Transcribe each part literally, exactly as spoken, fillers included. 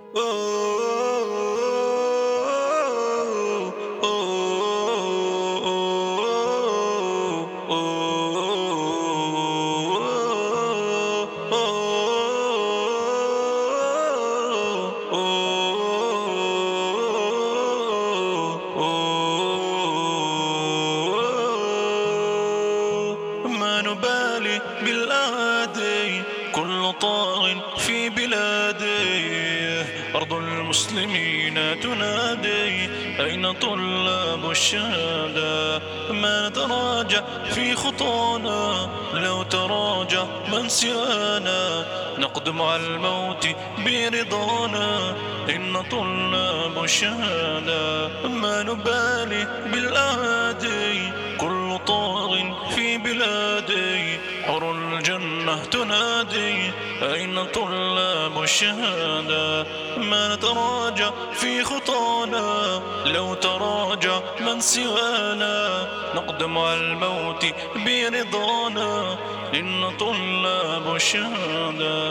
ما نبالي بالأعادي، كل طاغ في بلادي. أرض المسلمين تنادي، أين طلاب الشهادة؟ ما نتراجع في خطانا، لو تراجع من سوانا نقدم على الموت برضانا. إن طلاب الشهادة ما نبالي بالأعادي، كل طاغ في بلادي. حور الجنة تنادي، أين طلاب الشهادة؟ ما نتراجع في خطانا، لو تراجع من سوانا نقدم على الموت برضانا. إن طلاب الشهادة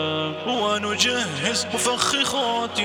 ونجهز مفخخات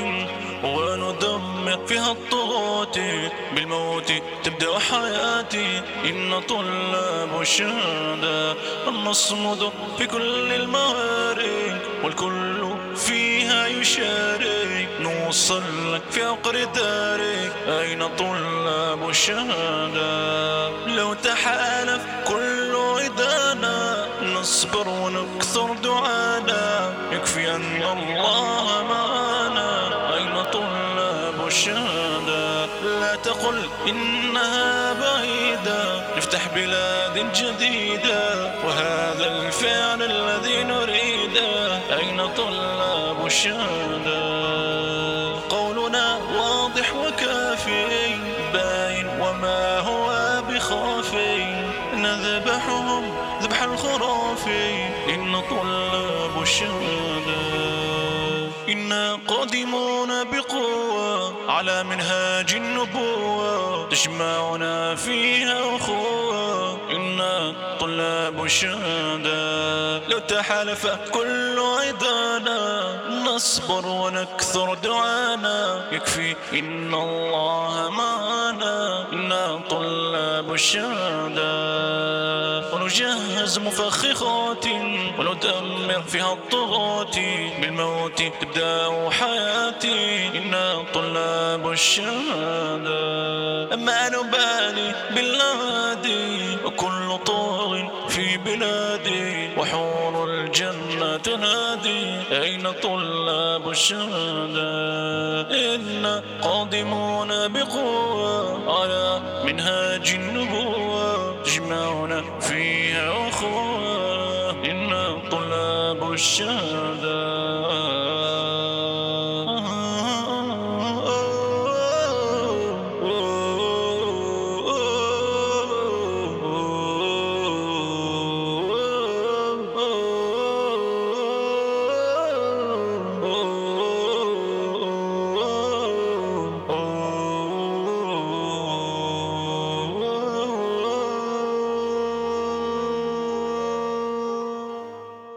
وندمر فيها الطغاة، بالموت تبدأ حياتي. إن طلاب الشهادة نصمد في كل المعارك، والكل فيها يشارك. نوصل لك في عقر دارك، أين طلاب الشهادة؟ لو تحالف كل عدانا نصبر ونكثر دعانا، يكفي أن الله معنا. أين طلاب الشهادة؟ لا تقل إنها بعيدة، نفتح بلاد جديدة وهذا الفعل الذي نريده. أين طلاب الشهادة؟ قولنا واضح وكافي، باين وما هو بخافي، نذبحهم ذبح الخرافي. إن طلاب الشهادة إنا قادمون بقوة على منهاج النبوة، تجمعنا فيها أخوة. إنا طلاب الشهادة لو تحالف كل عدانا نصبر ونكثر دعانا، يكفي إن الله معنا. إنا طلاب الشهادة ونجهز مفخخات وندمر فيها الطغاة، بالموت تبدأ حياتي. إنا طلاب الشهادة ما نبالي بالأعادي، وكل طاغ في بلادي. وحور الجنة تنادي، أين طلاب الشهادة؟ إنا قادمون بقوة على منهاج النبوة، تجمعنا فيها أخوة. إنا طلاب الشهادة.